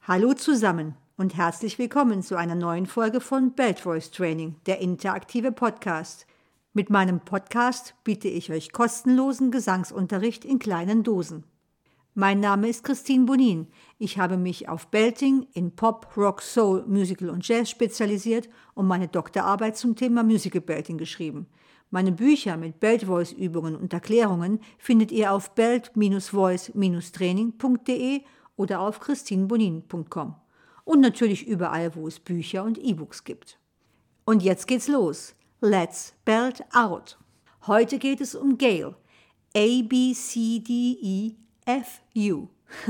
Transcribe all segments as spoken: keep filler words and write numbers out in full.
Hallo zusammen und herzlich willkommen zu einer neuen Folge von Belt Voice Training, der interaktive Podcast. Mit meinem Podcast biete ich euch kostenlosen Gesangsunterricht in kleinen Dosen. Mein Name ist Christine Bonin. Ich habe mich auf Belting in Pop, Rock, Soul, Musical und Jazz spezialisiert und meine Doktorarbeit zum Thema Musical Belting geschrieben. Meine Bücher mit Belt Voice Übungen und Erklärungen findet ihr auf belt voice training punkt de oder auf christine bonin punkt com und natürlich überall, wo es Bücher und E-Books gibt. Und jetzt geht's los. Let's Belt Out. Heute geht es um Gayle. A, B, C, D, E, F, U.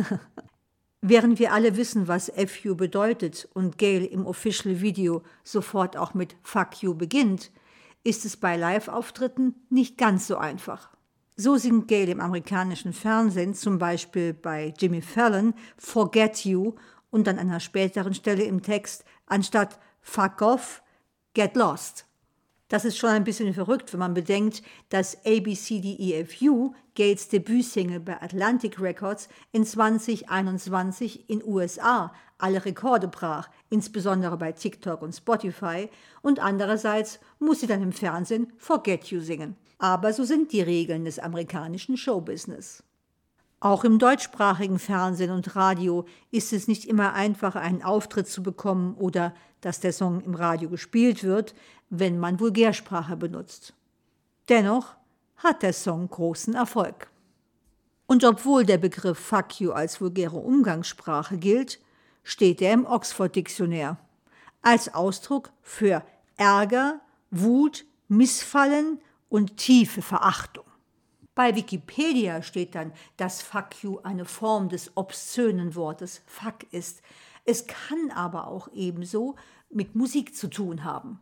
Während wir alle wissen, was F U bedeutet und Gayle im Official Video sofort auch mit Fuck You beginnt, ist es bei Live-Auftritten nicht ganz so einfach. So singt Gayle im amerikanischen Fernsehen, zum Beispiel bei Jimmy Fallon, Forget You und an einer späteren Stelle im Text anstatt Fuck Off, Get Lost. Das ist schon ein bisschen verrückt, wenn man bedenkt, dass A, B, C, D, E, F, U, Gayles Debütsingle bei Atlantic Records, in zwanzig einundzwanzig in U S A alle Rekorde brach, insbesondere bei TikTok und Spotify, und andererseits muss sie dann im Fernsehen Forget You singen. Aber so sind die Regeln des amerikanischen Showbusiness. Auch im deutschsprachigen Fernsehen und Radio ist es nicht immer einfach, einen Auftritt zu bekommen oder dass der Song im Radio gespielt wird, wenn man Vulgärsprache benutzt. Dennoch hat der Song großen Erfolg. Und obwohl der Begriff Fuck You als vulgäre Umgangssprache gilt, steht er im Oxford-Diktionär als Ausdruck für Ärger, Wut, Missfallen und tiefe Verachtung. Bei Wikipedia steht dann, dass Fuck You eine Form des obszönen Wortes Fuck ist. Es kann aber auch ebenso mit Musik zu tun haben.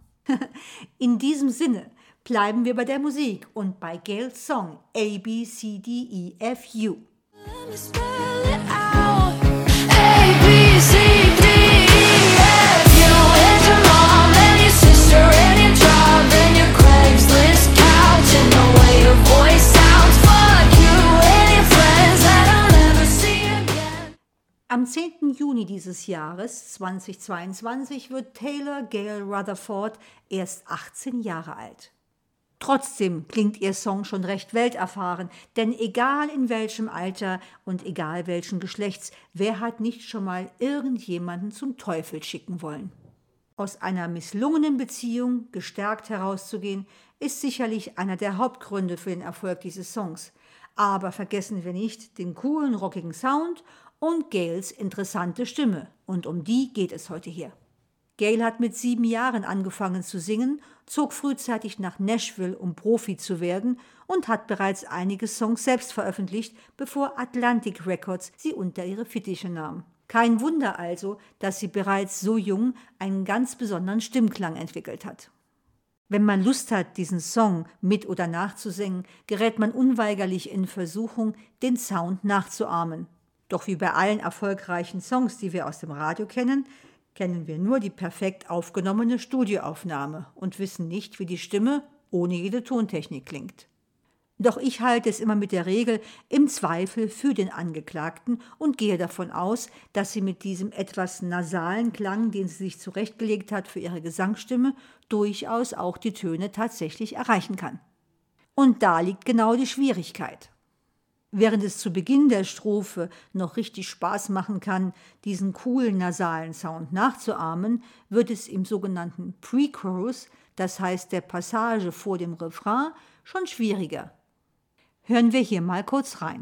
In diesem Sinne bleiben wir bei der Musik und bei Gayles Song A, B, C, D, E, F, U. Am zehnten Juni dieses Jahres, zweitausendzweiundzwanzig, wird Taylor Gayle Rutherford erst achtzehn Jahre alt. Trotzdem klingt ihr Song schon recht welterfahren, denn egal in welchem Alter und egal welchen Geschlechts, wer hat nicht schon mal irgendjemanden zum Teufel schicken wollen? Aus einer misslungenen Beziehung gestärkt herauszugehen, ist sicherlich einer der Hauptgründe für den Erfolg dieses Songs. Aber vergessen wir nicht den coolen, rockigen Sound und Gayles interessante Stimme. Und um die geht es heute hier. Gayle hat mit sieben Jahren angefangen zu singen, zog frühzeitig nach Nashville, um Profi zu werden, und hat bereits einige Songs selbst veröffentlicht, bevor Atlantic Records sie unter ihre Fittiche nahm. Kein Wunder also, dass sie bereits so jung einen ganz besonderen Stimmklang entwickelt hat. Wenn man Lust hat, diesen Song mit oder nachzusingen, gerät man unweigerlich in Versuchung, den Sound nachzuahmen. Doch wie bei allen erfolgreichen Songs, die wir aus dem Radio kennen, kennen wir nur die perfekt aufgenommene Studioaufnahme und wissen nicht, wie die Stimme ohne jede Tontechnik klingt. Doch ich halte es immer mit der Regel im Zweifel für den Angeklagten und gehe davon aus, dass sie mit diesem etwas nasalen Klang, den sie sich zurechtgelegt hat für ihre Gesangsstimme, durchaus auch die Töne tatsächlich erreichen kann. Und da liegt genau die Schwierigkeit. Während es zu Beginn der Strophe noch richtig Spaß machen kann, diesen coolen nasalen Sound nachzuahmen, wird es im sogenannten Pre-Chorus, das heißt der Passage vor dem Refrain, schon schwieriger. Hören wir hier mal kurz rein.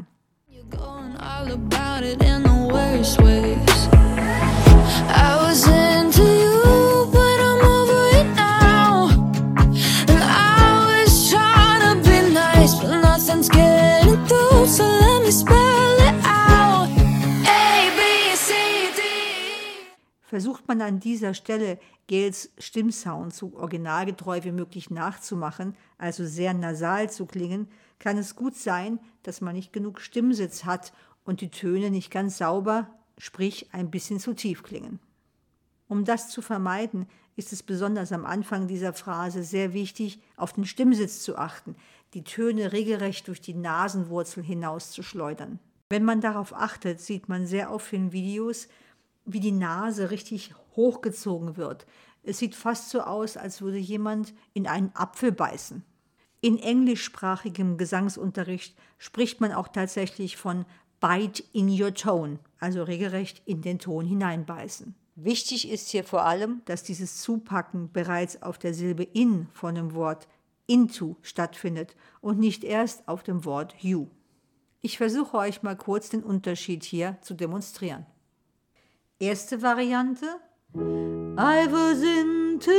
So let me spell it out. A, B, C, D. Versucht man an dieser Stelle Gayles Stimmsound so originalgetreu wie möglich nachzumachen, also sehr nasal zu klingen, kann es gut sein, dass man nicht genug Stimmsitz hat und die Töne nicht ganz sauber, sprich ein bisschen zu tief klingen. Um das zu vermeiden, ist es besonders am Anfang dieser Phrase sehr wichtig, auf den Stimmsitz zu achten, die Töne regelrecht durch die Nasenwurzel hinaus zu schleudern. Wenn man darauf achtet, sieht man sehr oft in Videos, wie die Nase richtig hochgezogen wird. Es sieht fast so aus, als würde jemand in einen Apfel beißen. In englischsprachigem Gesangsunterricht spricht man auch tatsächlich von bite in your tone, also regelrecht in den Ton hineinbeißen. Wichtig ist hier vor allem, dass dieses Zupacken bereits auf der Silbe in von dem Wort into stattfindet und nicht erst auf dem Wort you. Ich versuche euch mal kurz den Unterschied hier zu demonstrieren. Erste Variante: I was into.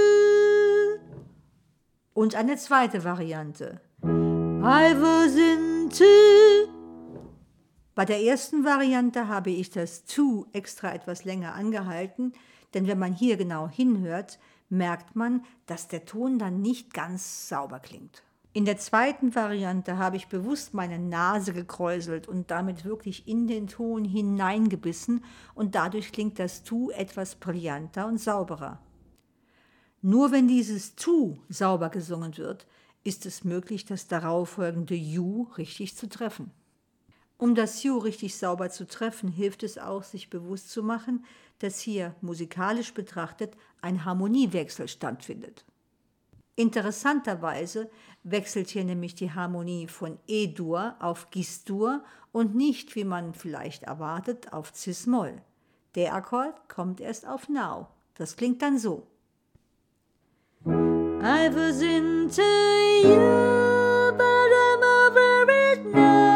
Und eine zweite Variante: I was into. Bei der ersten Variante habe ich das to extra etwas länger angehalten, denn wenn man hier genau hinhört, merkt man, dass der Ton dann nicht ganz sauber klingt. In der zweiten Variante habe ich bewusst meine Nase gekräuselt und damit wirklich in den Ton hineingebissen und dadurch klingt das to etwas brillanter und sauberer. Nur wenn dieses to sauber gesungen wird, ist es möglich, das darauffolgende you richtig zu treffen. Um das you richtig sauber zu treffen, hilft es auch, sich bewusst zu machen, dass hier musikalisch betrachtet ein Harmoniewechsel stattfindet. Interessanterweise wechselt hier nämlich die Harmonie von E-Dur auf Gis-Dur und nicht, wie man vielleicht erwartet, auf Cis-Moll. Der Akkord kommt erst auf Now. Das klingt dann so. I was into you, but I'm over it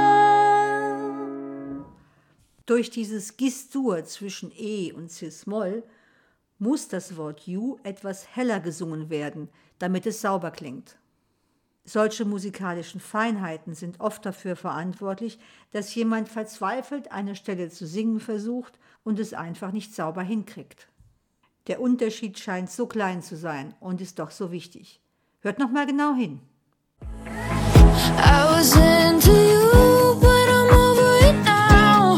now. Durch dieses Gis-Dur zwischen E und Cis-Moll muss das Wort you etwas heller gesungen werden, damit es sauber klingt. Solche musikalischen Feinheiten sind oft dafür verantwortlich, dass jemand verzweifelt eine Stelle zu singen versucht und es einfach nicht sauber hinkriegt. Der Unterschied scheint so klein zu sein und ist doch so wichtig. Hört noch mal genau hin. I was into you, but I'm over it now.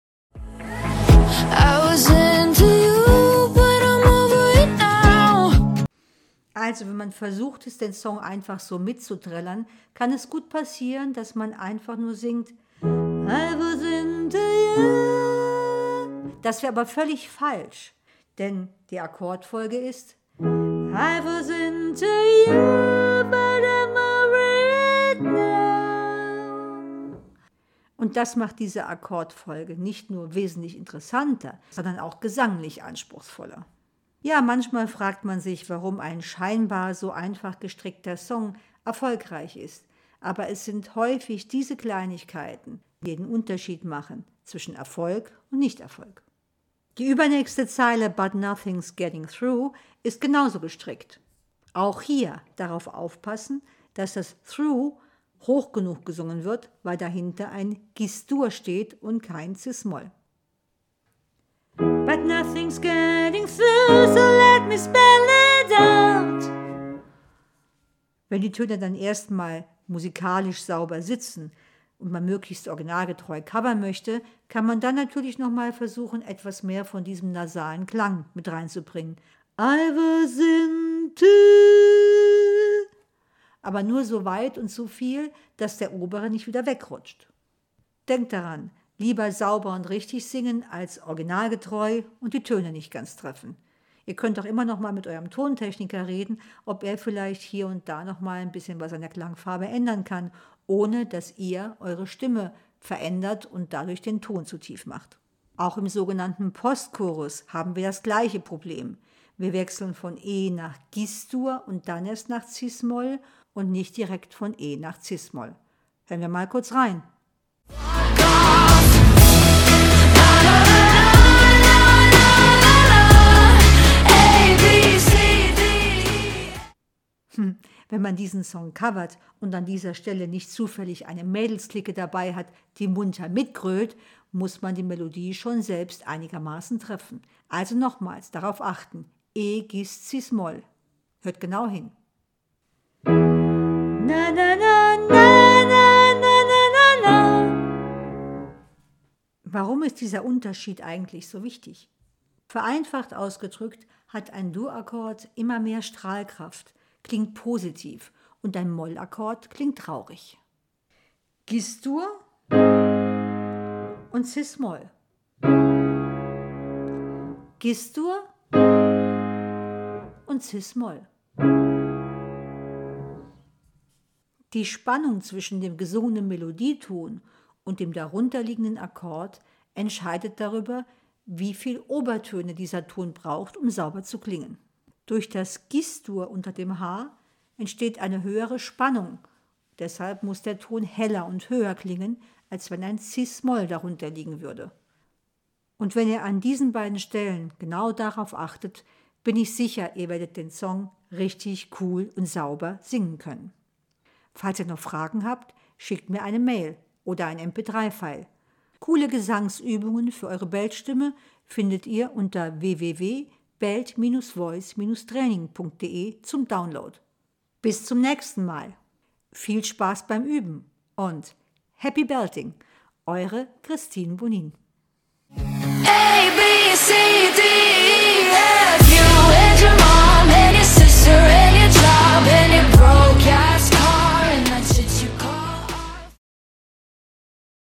I was into you, but I'm over it now. Also, wenn man versucht ist, den Song einfach so mitzuträllern, kann es gut passieren, dass man einfach nur singt I was into you. Das wäre aber völlig falsch, denn die Akkordfolge ist I was into you, but I'm over it now. Und das macht diese Akkordfolge nicht nur wesentlich interessanter, sondern auch gesanglich anspruchsvoller. Ja, manchmal fragt man sich, warum ein scheinbar so einfach gestrickter Song erfolgreich ist. Aber es sind häufig diese Kleinigkeiten, die den Unterschied machen zwischen Erfolg und Nichterfolg. Die übernächste Zeile But Nothing's Getting Through ist genauso gestrickt. Auch hier darauf aufpassen, dass das Through hoch genug gesungen wird, weil dahinter ein Gis-Dur steht und kein Cis-Moll. But nothing's getting through, so let me spell it out. Wenn die Töne dann erstmal musikalisch sauber sitzen und man möglichst originalgetreu covern möchte, kann man dann natürlich nochmal versuchen, etwas mehr von diesem nasalen Klang mit reinzubringen. I was into. Aber nur so weit und so viel, dass der obere nicht wieder wegrutscht. Denkt daran, lieber sauber und richtig singen als originalgetreu und die Töne nicht ganz treffen. Ihr könnt auch immer noch mal mit eurem Tontechniker reden, ob er vielleicht hier und da noch mal ein bisschen was an der Klangfarbe ändern kann, ohne dass ihr eure Stimme verändert und dadurch den Ton zu tief macht. Auch im sogenannten Postchorus haben wir das gleiche Problem. Wir wechseln von E nach Gis-Dur und dann erst nach Cis-Moll und nicht direkt von E nach Cis-Moll. Hören wir mal kurz rein. Wenn man diesen Song covert und an dieser Stelle nicht zufällig eine Mädelsklicke dabei hat, die munter mitgrölt, muss man die Melodie schon selbst einigermaßen treffen. Also nochmals darauf achten. E, Gis, Cis-Moll. Hört genau hin. Na, na, na, na, na, na, na, na. Warum ist dieser Unterschied eigentlich so wichtig? Vereinfacht ausgedrückt hat ein Dur-Akkord immer mehr Strahlkraft, klingt positiv und ein Mollakkord klingt traurig. Gis-Dur und Cis-Moll. Cis-Dur und Cis-Moll. Die Spannung zwischen dem gesungenen Melodieton und dem darunterliegenden Akkord entscheidet darüber, wie viel Obertöne dieser Ton braucht, um sauber zu klingen. Durch das Cis-Dur unter dem H entsteht eine höhere Spannung. Deshalb muss der Ton heller und höher klingen, als wenn ein Cis-Moll darunter liegen würde. Und wenn ihr an diesen beiden Stellen genau darauf achtet, bin ich sicher, ihr werdet den Song richtig cool und sauber singen können. Falls ihr noch Fragen habt, schickt mir eine Mail oder ein M P drei File. Coole Gesangsübungen für eure Beltstimme findet ihr unter w w w punkt belt voice training punkt d e zum Download. Bis zum nächsten Mal. Viel Spaß beim Üben und Happy Belting, eure Christine Bonin. A,